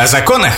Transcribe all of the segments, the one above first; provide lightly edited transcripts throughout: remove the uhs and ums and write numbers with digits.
О законах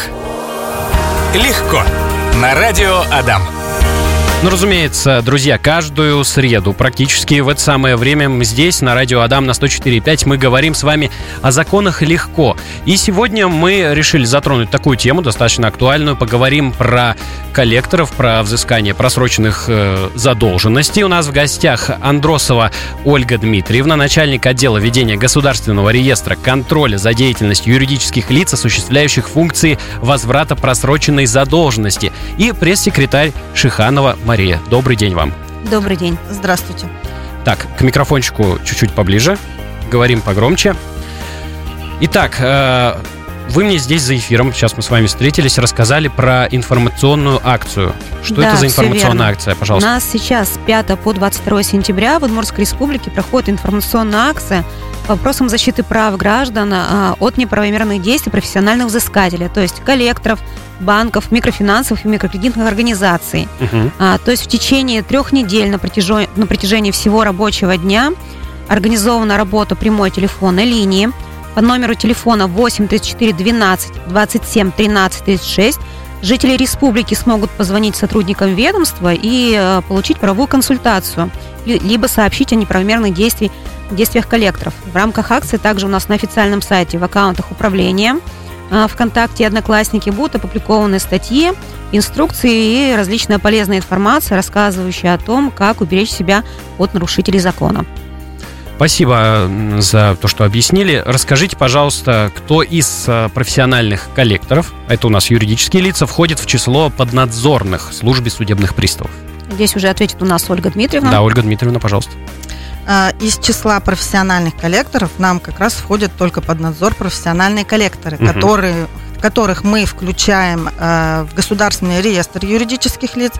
легко. На радио Адам. Ну, разумеется, друзья, каждую среду практически в это самое время мы здесь, на радио Адам, на 104.5, мы говорим с вами о законах легко. И сегодня мы решили затронуть такую тему, достаточно актуальную. Поговорим про коллекторов, про взыскание просроченных задолженностей. У нас в гостях Андросова Ольга Дмитриевна, начальник отдела ведения государственного реестра контроля за деятельностью юридических лиц, осуществляющих функции возврата просроченной задолженности, и пресс-секретарь Шиханова Мария. Добрый день вам. Добрый день. Здравствуйте. Так, к микрофончику чуть-чуть поближе. Говорим погромче. Итак, вы мне здесь за эфиром, сейчас мы с вами встретились, рассказали про информационную акцию. Что это за информационная акция, пожалуйста? У нас сейчас с 5 по 22 сентября в Удмуртской республике проходит информационная акция по вопросам защиты прав граждан от неправомерных действий профессиональных взыскателей, то есть коллекторов, банков, микрофинансовых и микрокредитных организаций. То есть в течение 3 недель на протяжении всего рабочего дня организована работа прямой телефонной линии по номеру телефона 8 34 12 27 13 36. Жители республики смогут позвонить сотрудникам ведомства и получить правовую консультацию, либо сообщить о неправомерных действиях коллекторов. В рамках акции также у нас на официальном сайте в аккаунтах управления ВКонтакте и Одноклассники будут опубликованы статьи, инструкции и различная полезная информация, рассказывающая о том, как уберечь себя от нарушителей закона. Спасибо за то, что объяснили. Расскажите, пожалуйста, кто из профессиональных коллекторов, это у нас юридические лица, входит в число поднадзорных службе судебных приставов? Здесь уже ответит у нас Ольга Дмитриевна. Да, Ольга Дмитриевна, пожалуйста. Из числа профессиональных коллекторов нам как раз входят только под надзор профессиональные коллекторы, которых мы включаем в государственный реестр юридических лиц.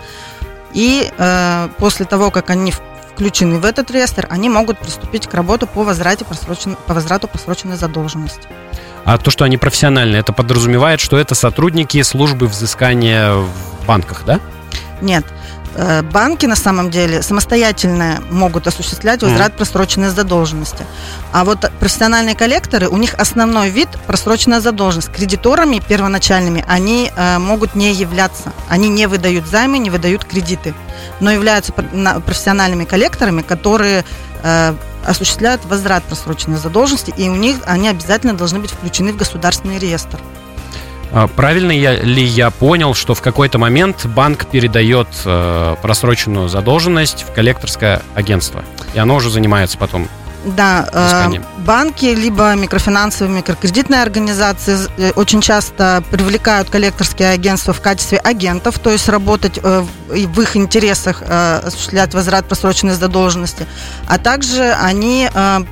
И после того, как они включены в этот реестр, они могут приступить к работе по возврату просроченной задолженности. А то, что они профессиональные, это подразумевает, что это сотрудники службы взыскания в банках, да? Нет. Банки на самом деле самостоятельно могут осуществлять возврат просроченной задолженности. А вот профессиональные коллекторы, у них основной вид просроченная задолженность. Кредиторами первоначальными они могут не являться. Они не выдают займы, не выдают кредиты, но являются профессиональными коллекторами, которые осуществляют возврат просроченной задолженности, и у них они обязательно должны быть включены в государственный реестр. Правильно ли я понял, что в какой-то момент банк передает просроченную задолженность в коллекторское агентство, и оно уже занимается потом взысканием? Банки, либо микрофинансовые, микрокредитные организации очень часто привлекают коллекторские агентства в качестве агентов, то есть работать в их интересах, осуществлять возврат просроченной задолженности, а также они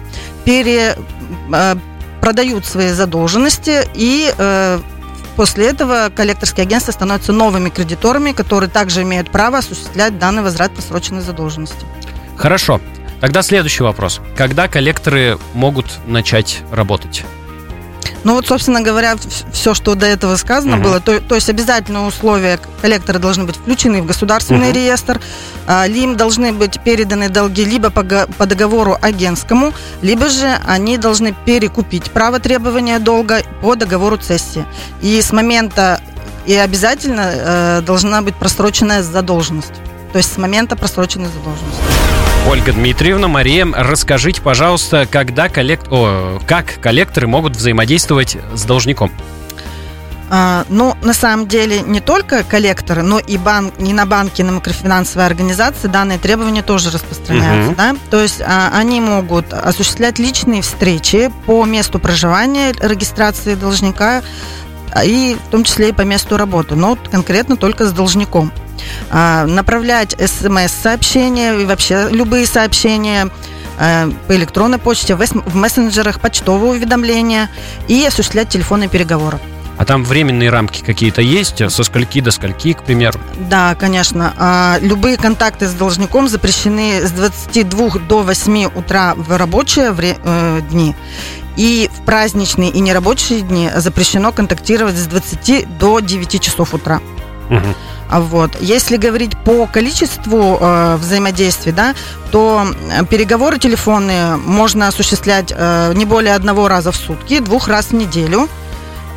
продают свои задолженности, и после этого коллекторские агентства становятся новыми кредиторами, которые также имеют право осуществлять данный возврат просроченной задолженности. Хорошо. Тогда следующий вопрос. Когда коллекторы могут начать работать? Ну вот, собственно говоря, все, что до этого сказано было, то есть обязательное условие: коллекторы должны быть включены в государственный реестр, им должны быть переданы долги либо по договору агентскому, либо же они должны перекупить право требования долга по договору цессии. И с момента, и обязательно должна быть просроченная задолженность, то есть с момента просроченной задолженности. Ольга Дмитриевна, Мария, расскажите, пожалуйста, как коллекторы могут взаимодействовать с должником? Ну, на самом деле, не только коллекторы, но и на банки, и на микрофинансовые организации данные требования тоже распространяются. Да? То есть они могут осуществлять личные встречи по месту проживания, регистрации должника, и в том числе и по месту работы, но конкретно только с должником. Направлять СМС-сообщения и вообще любые сообщения по электронной почте, в мессенджерах, почтовые уведомления и осуществлять телефонные переговоры. А там временные рамки какие-то есть? Со скольки до скольки, к примеру? Да, конечно. Любые контакты с должником запрещены с 22 до 8 утра в рабочие дни. И в праздничные и нерабочие дни запрещено контактировать с 20 до 9 часов утра. Вот. Если говорить по количеству взаимодействий, да, то переговоры телефонные можно осуществлять не более 1 раза в сутки, 2 раз в неделю.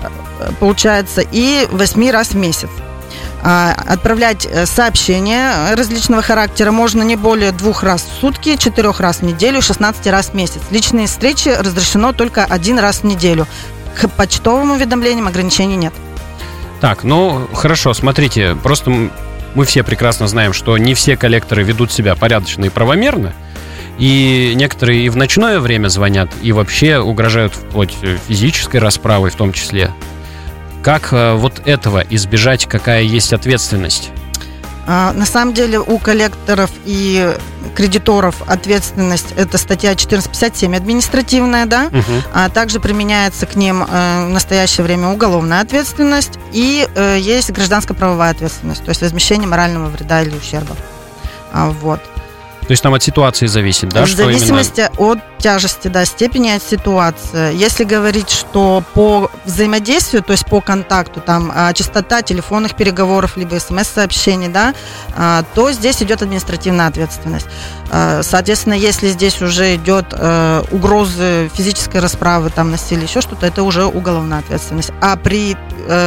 получается, и 8 раз в месяц. Отправлять сообщения различного характера можно не более 2 раз в сутки, 4 раз в неделю, 16 раз в месяц. Личные встречи разрешено только 1 раз в неделю. К почтовым уведомлениям ограничений нет. Так, ну хорошо, смотрите, просто мы все прекрасно знаем, что не все коллекторы ведут себя порядочно и правомерно, и некоторые и в ночное время звонят, и вообще угрожают вплоть физической расправой в том числе. Как вот этого избежать, какая есть ответственность? На самом деле у коллекторов и кредиторов ответственность – это статья 1457 административная, да? А также применяется к ним в настоящее время уголовная ответственность и есть гражданско-правовая ответственность, то есть возмещение морального вреда или ущерба. Вот. То есть там от ситуации зависит, да? В зависимости от тяжести, да, степени от ситуации. Если говорить, что по взаимодействию, то есть по контакту, там частота телефонных переговоров, либо смс-сообщений, да, то здесь идет административная ответственность. Соответственно, если здесь уже идет угрозы физической расправы, там, насилия, еще что-то, это уже уголовная ответственность. А при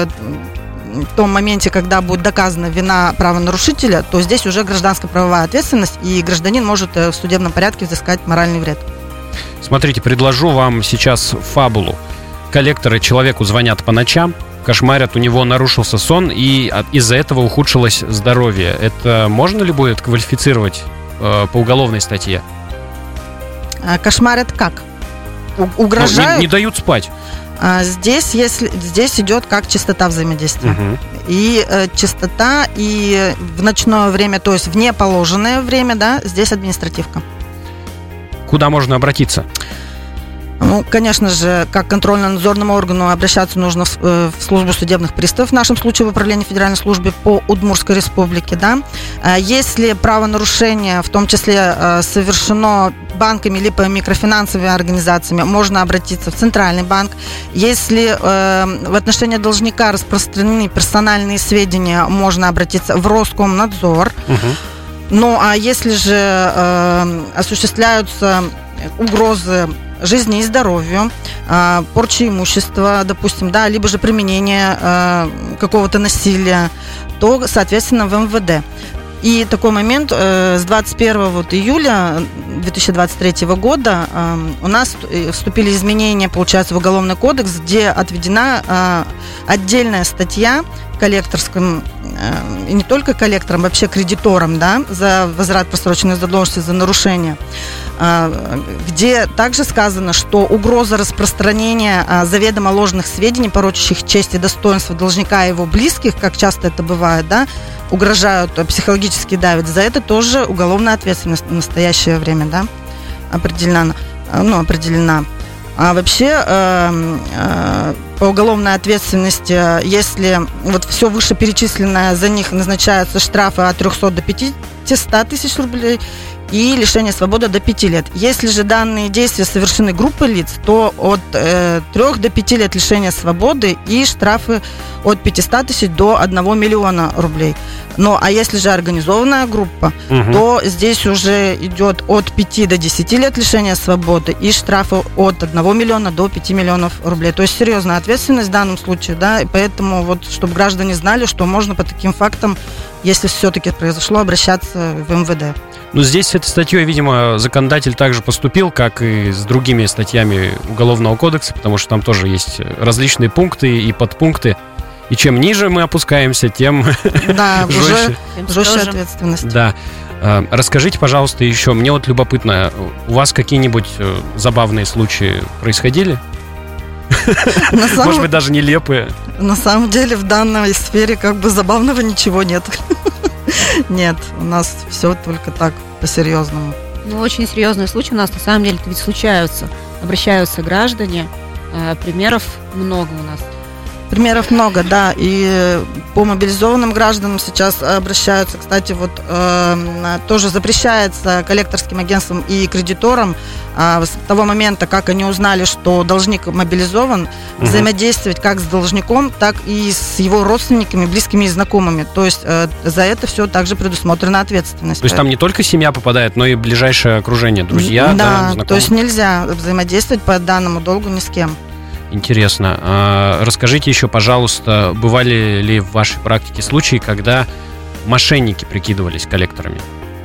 в том моменте, когда будет доказана вина правонарушителя, то здесь уже гражданско-правовая ответственность, и гражданин может в судебном порядке взыскать моральный вред. Смотрите, предложу вам сейчас фабулу. Коллекторы человеку звонят по ночам, кошмарят, у него нарушился сон, и из-за этого ухудшилось здоровье. Это можно ли будет квалифицировать по уголовной статье? Кошмарят как? Угрожают? Ну, не дают спать. Здесь идет как частота взаимодействия. И частота, и в ночное время, то есть в неположенное время, да, здесь административка. Куда можно обратиться? Ну, конечно же, как контрольно-надзорному органу обращаться нужно в службу судебных приставов, в нашем случае в управлении Федеральной службы по Удмуртской республике, да. Если правонарушение, в том числе, совершено банками либо микрофинансовыми организациями, можно обратиться в Центральный банк. Если в отношении должника распространены персональные сведения, можно обратиться в Роскомнадзор. Ну, а если же осуществляются угрозы жизни и здоровью, порчи имущества, допустим, да, либо же применение какого-то насилия, то, соответственно, в МВД. И такой момент, с 21 июля 2023 года у нас вступили изменения, получается, в Уголовный кодекс, где отведена отдельная статья коллекторским, и не только коллекторам, вообще кредиторам, да, за возврат просроченной задолженности, за нарушение, где также сказано, что угроза распространения заведомо ложных сведений, порочащих честь и достоинство должника и его близких, как часто это бывает, да, угрожают, психологически давят, за это тоже уголовная ответственность в настоящее время, да, определена. А вообще по уголовной ответственности, если вот все вышеперечисленное, за них назначаются штрафы от 300 до 500 тысяч рублей и лишение свободы до 5 лет. Если же данные действия совершены группой лиц, то от 3 до 5 лет лишения свободы и штрафы от 500 тысяч до 1 миллиона рублей. Ну, а если же организованная группа, то здесь уже идет от 5 до 10 лет лишения свободы и штрафы от 1 миллиона до 5 миллионов рублей. То есть серьезная ответственность в данном случае, да, и поэтому вот, чтобы граждане знали, что можно по таким фактам, если все-таки произошло, обращаться в МВД. Ну, здесь с этой статьей, видимо, законодатель также поступил, как и с другими статьями Уголовного кодекса, потому что там тоже есть различные пункты и подпункты. И чем ниже мы опускаемся, тем жестче ответственность. Да. Расскажите, пожалуйста, еще, мне вот любопытно, у вас какие-нибудь забавные случаи происходили? Может быть, даже нелепые? На самом деле в данной сфере как бы забавного ничего нет. Нет, у нас все только так, по-серьезному. Ну, очень серьезные случаи у нас на самом деле ведь случаются. Обращаются граждане, примеров много у нас. Примеров много, да, и по мобилизованным гражданам сейчас обращаются, кстати, вот тоже запрещается коллекторским агентствам и кредиторам с того момента, как они узнали, что должник мобилизован, взаимодействовать как с должником, так и с его родственниками, близкими и знакомыми. То есть за это все также предусмотрена ответственность. То есть там не только семья попадает, но и ближайшее окружение, друзья, да, знакомые. То есть нельзя взаимодействовать по данному долгу ни с кем. Интересно. Расскажите еще, пожалуйста, бывали ли в вашей практике случаи, когда мошенники прикидывались коллекторами?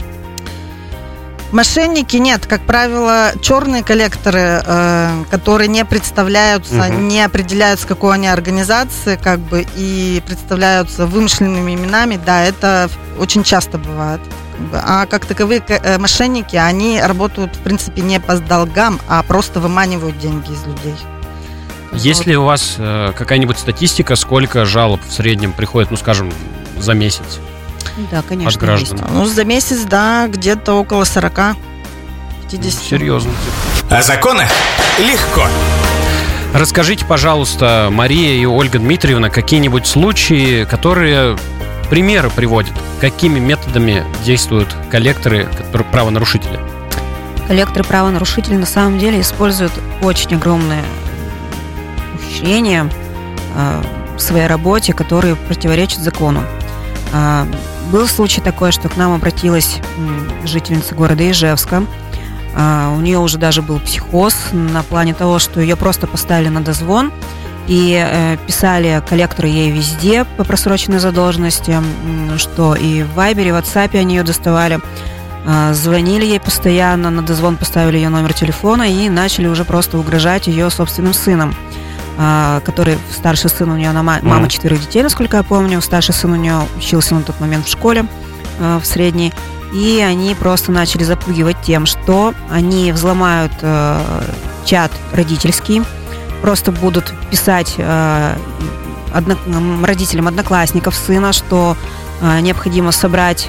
Мошенники нет, как правило, черные коллекторы, которые не представляются, не определяются, какой они организации, как бы, и представляются вымышленными именами, да, это очень часто бывает. А как таковые мошенники, они работают, в принципе, не по долгам, а просто выманивают деньги из людей. Есть ли у вас какая-нибудь статистика, сколько жалоб в среднем приходит, ну, скажем, за месяц? Да, конечно, от граждан. есть. Ну, за месяц, да, где-то около 40-50. Серьезно. О законах легко. Расскажите, пожалуйста, Мария и Ольга Дмитриевна, какие-нибудь случаи, которые примеры приводят, какими методами действуют коллекторы, правонарушители? Коллекторы правонарушители на самом деле используют очень огромные ухищрения в своей работе, которые противоречат закону. Был случай такой, что к нам обратилась жительница города Ижевска. У нее уже даже был психоз на плане того, что ее просто поставили на дозвон и писали коллекторы ей везде по просроченной задолженности, что и в Вайбере, и в WhatsApp они ее доставали. Звонили ей постоянно, на дозвон поставили ее номер телефона и начали уже просто угрожать ее собственным сыном, который старший сын у нее, она мама 4 детей, насколько я помню. Старший сын у нее учился на тот момент в школе, в средней. И они просто начали запугивать тем, что они взломают чат родительский, просто будут писать родителям одноклассников сына, что необходимо собрать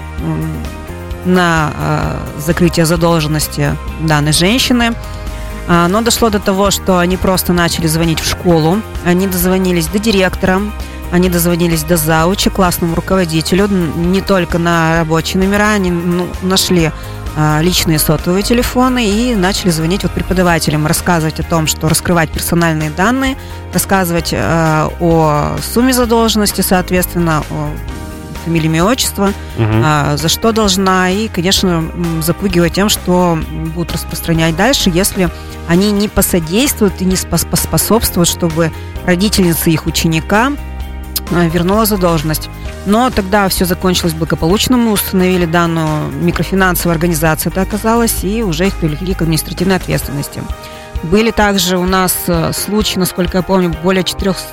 на закрытие задолженности данной женщины. Но дошло до того, что они просто начали звонить в школу, они дозвонились до директора, они дозвонились до зауча, классному руководителю, не только на рабочие номера, они нашли личные сотовые телефоны и начали звонить преподавателям, рассказывать о том, что раскрывать персональные данные, рассказывать о сумме задолженности, соответственно, о фамилии, имя, отчество, за что должна, и, конечно, запугивать тем, что будут распространять дальше, если они не посодействуют и не поспособствуют, чтобы родительница их ученика вернула задолженность. Но тогда все закончилось благополучно, мы установили данную микрофинансовую организацию, это оказалось, и уже их привлекли к административной ответственности. Были также у нас случаи, насколько я помню, более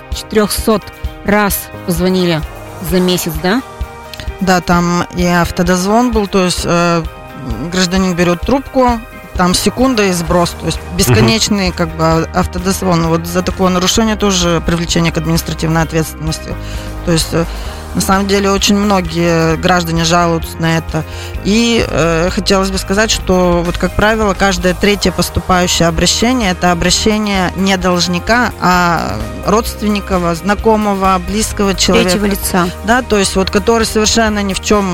400 раз позвонили за месяц, да? Да, там и автодозвон был, то есть гражданин берет трубку, там секунда и сброс, то есть бесконечный как бы автодозвон. Вот за такое нарушение тоже привлечение к административной ответственности. То есть на самом деле очень многие граждане жалуются на это. И хотелось бы сказать, что вот как правило каждое третье поступающее обращение — это обращение не должника, а родственника, знакомого, близкого человека. Третьего лица. Да, то есть который совершенно ни в чем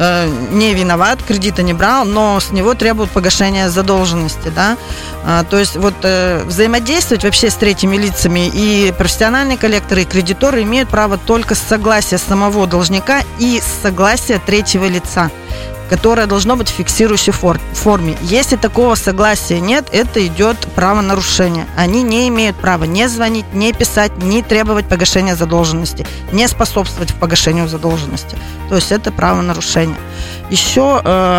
не виноват, кредита не брал, но с него требуют погашения задолженности, да. То есть взаимодействовать вообще с третьими лицами и профессиональные коллекторы, и кредиторы имеют право только с согласия самого должника и с согласия третьего лица, которое должно быть в фиксирующей форме. Если такого согласия нет, это идет правонарушение. Они не имеют права не звонить, не писать, не требовать погашения задолженности, не способствовать в погашению задолженности. То есть это правонарушение. Еще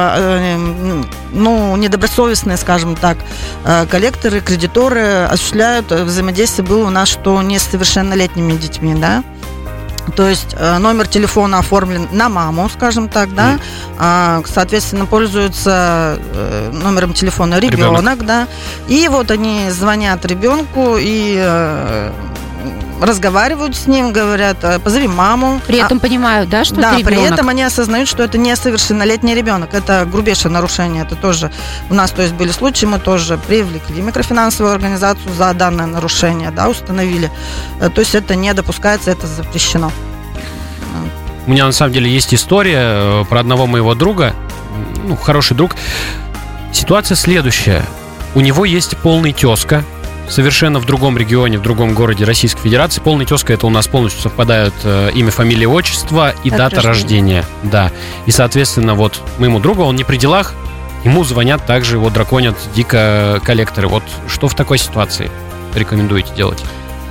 недобросовестные, скажем так, коллекторы, кредиторы осуществляют взаимодействие, было у нас, что не с совершеннолетними детьми, да. То есть номер телефона оформлен на маму, скажем так, да, соответственно, пользуется номером телефона ребенок, да, и вот они звонят ребенку и разговаривают с ним, говорят: позови маму. При этом понимают, да, что это ребенок? Да, при этом они осознают, что это не совершеннолетний ребенок. Это грубейшее нарушение. Это тоже у нас, то есть, были случаи, мы тоже привлекли микрофинансовую организацию за данное нарушение, да, установили. То есть это не допускается, это запрещено. У меня на самом деле есть история про одного моего друга, хороший друг. Ситуация следующая. У него есть полный тезка, совершенно в другом регионе, в другом городе Российской Федерации. Полный тезка — это у нас полностью совпадают имя, фамилия, отчество и дата рождения. Да. И, соответственно, вот моему другу, он не при делах, ему звонят, также его драконят дико коллекторы. Вот что в такой ситуации рекомендуете делать?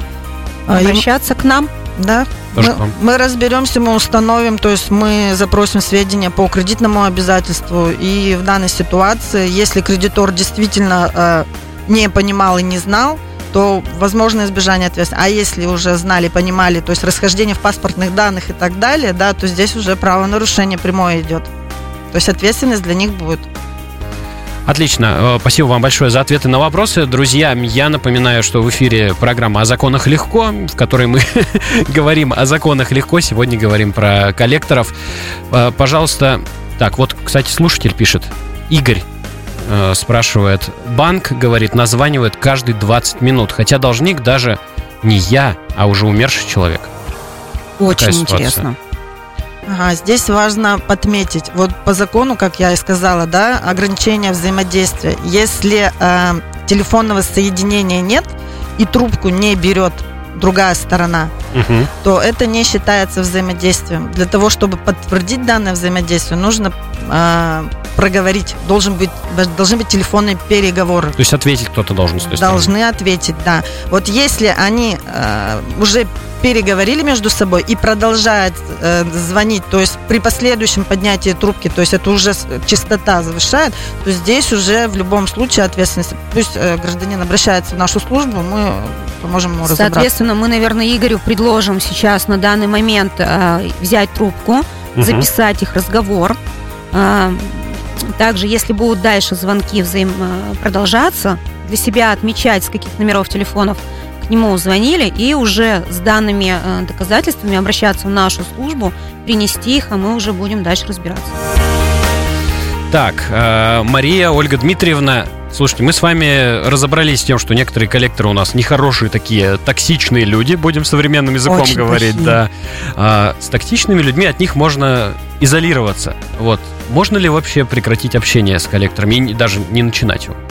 обращаться к нам. Да, мы разберемся, мы установим, то есть мы запросим сведения по кредитному обязательству. И в данной ситуации, если кредитор действительно не понимал и не знал, то возможно избежание ответственности. А если уже знали, понимали, то есть расхождение в паспортных данных и так далее, да, то здесь уже правонарушение прямое идет. То есть ответственность для них будет. Отлично. Спасибо вам большое за ответы на вопросы. Друзья, я напоминаю, что в эфире программа «О законах легко», в которой мы говорим о законах легко. Сегодня говорим про коллекторов. Пожалуйста. Так, вот, кстати, слушатель пишет. Игорь спрашивает. Банк, говорит, названивает каждые 20 минут. Хотя должник даже не я, а уже умерший человек. Очень интересно. Ага, здесь важно подметить, вот по закону, как я и сказала, да, ограничение взаимодействия. Если телефонного соединения нет и трубку не берет другая сторона, то это не считается взаимодействием. Для того, чтобы подтвердить данное взаимодействие, нужно проговорить. Должны быть телефонные переговоры. То есть ответить кто-то должен с той стороны. Должны ответить, да. Вот если они уже переговорили между собой и продолжают звонить, то есть при последующем поднятии трубки, то есть это уже частота завышает, то здесь уже в любом случае ответственность. Пусть гражданин обращается в нашу службу, мы поможем ему разобраться. Соответственно, мы, наверное, Игорю предложим сейчас на данный момент взять трубку, записать их разговор. Также, если будут дальше звонки продолжаться, для себя отмечать, с каких номеров телефонов к нему звонили, и уже с данными доказательствами обращаться в нашу службу, принести их, а мы уже будем дальше разбираться. Так, Мария, Ольга Дмитриевна, слушайте, мы с вами разобрались с тем, что некоторые коллекторы у нас нехорошие такие, токсичные люди, будем современным языком очень говорить, плохие. Да. С токсичными людьми от них можно изолироваться. Вот. Можно ли вообще прекратить общение с коллекторами и даже не начинать его?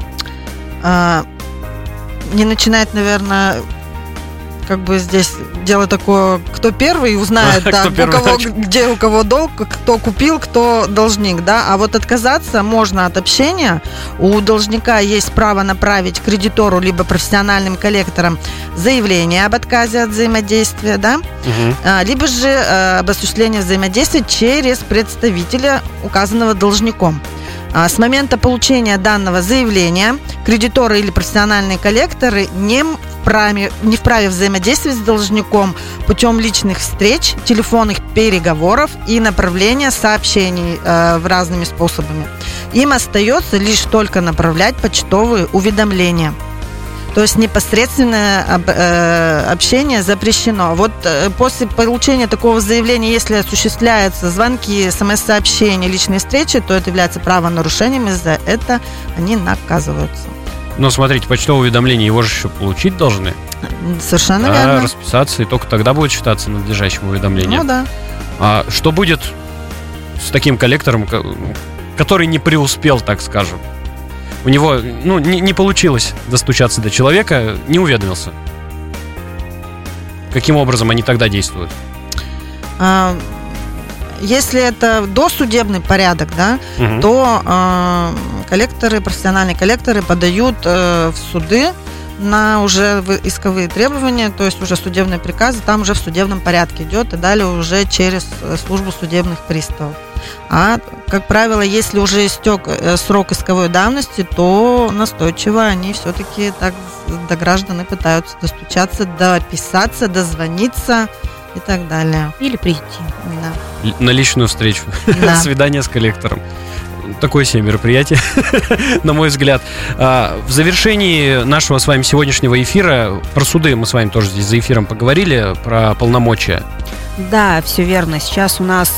Не начинать, наверное, как бы здесь дело такое, кто первый узнает, да, где у кого долг, кто купил, кто должник, да. А вот отказаться можно от общения. У должника есть право направить кредитору либо профессиональным коллекторам заявление об отказе от взаимодействия, да, либо же об осуществлении взаимодействия через представителя, указанного должником. С момента получения данного заявления кредиторы или профессиональные коллекторы не вправе взаимодействовать с должником путем личных встреч, телефонных переговоров и направления сообщений разными способами. Им остается лишь только направлять почтовые уведомления. То есть непосредственное общение запрещено. Вот после получения такого заявления, если осуществляются звонки, смс-сообщения, личные встречи, то это является правонарушением, и за это они наказываются. Но смотрите, почтовое уведомление, его же еще получить должны. Совершенно верно. Расписаться, и только тогда будет считаться надлежащим уведомлением. Ну да. А что будет с таким коллектором, который не преуспел, так скажем? У него не получилось достучаться до человека, не уведомился. Каким образом они тогда действуют? Если это досудебный порядок, да, то коллекторы, профессиональные коллекторы подают в суды на уже исковые требования, то есть уже судебные приказы, там уже в судебном порядке идет, и далее уже через службу судебных приставов. А, как правило, если уже истек срок исковой давности, то настойчиво они все-таки так до граждан пытаются достучаться, дописаться, дозвониться и так далее. Или прийти. Да. На личную встречу. Да. Свидание с коллектором. Такое себе мероприятие, на мой взгляд. В завершении нашего с вами сегодняшнего эфира про суды мы с вами тоже здесь за эфиром поговорили, про полномочия. Да, все верно. Сейчас у нас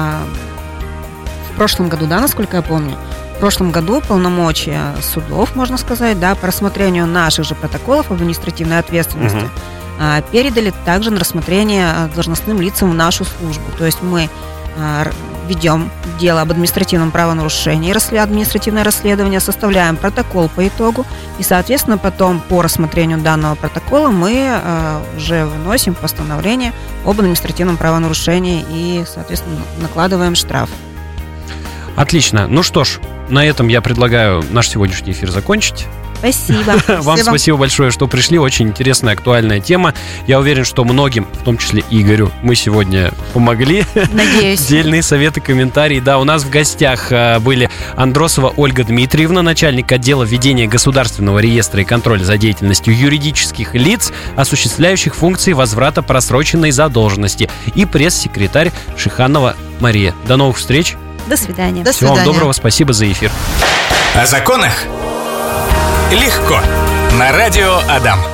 в прошлом году, да, насколько я помню, в прошлом году полномочия судов, можно сказать, да, по рассмотрению наших же протоколов об административной ответственности передали также на рассмотрение должностным лицам в нашу службу. То есть мы ведем дело об административном правонарушении, административное расследование, составляем протокол по итогу, и, соответственно, потом по рассмотрению данного протокола мы уже выносим постановление об административном правонарушении и, соответственно, накладываем штраф. Отлично. Ну что ж, на этом я предлагаю наш сегодняшний эфир закончить. Спасибо. Вам спасибо большое, что пришли. Очень интересная, актуальная тема. Я уверен, что многим, в том числе Игорю, мы сегодня помогли. Надеюсь. Дельные советы, комментарии. Да, у нас в гостях были Андросова Ольга Дмитриевна, начальник отдела ведения государственного реестра и контроля за деятельностью юридических лиц, осуществляющих функции возврата просроченной задолженности, и пресс-секретарь Шиханова Мария. До новых встреч. До свидания. Всего вам доброго, спасибо за эфир. О законах легко. На радио Адам.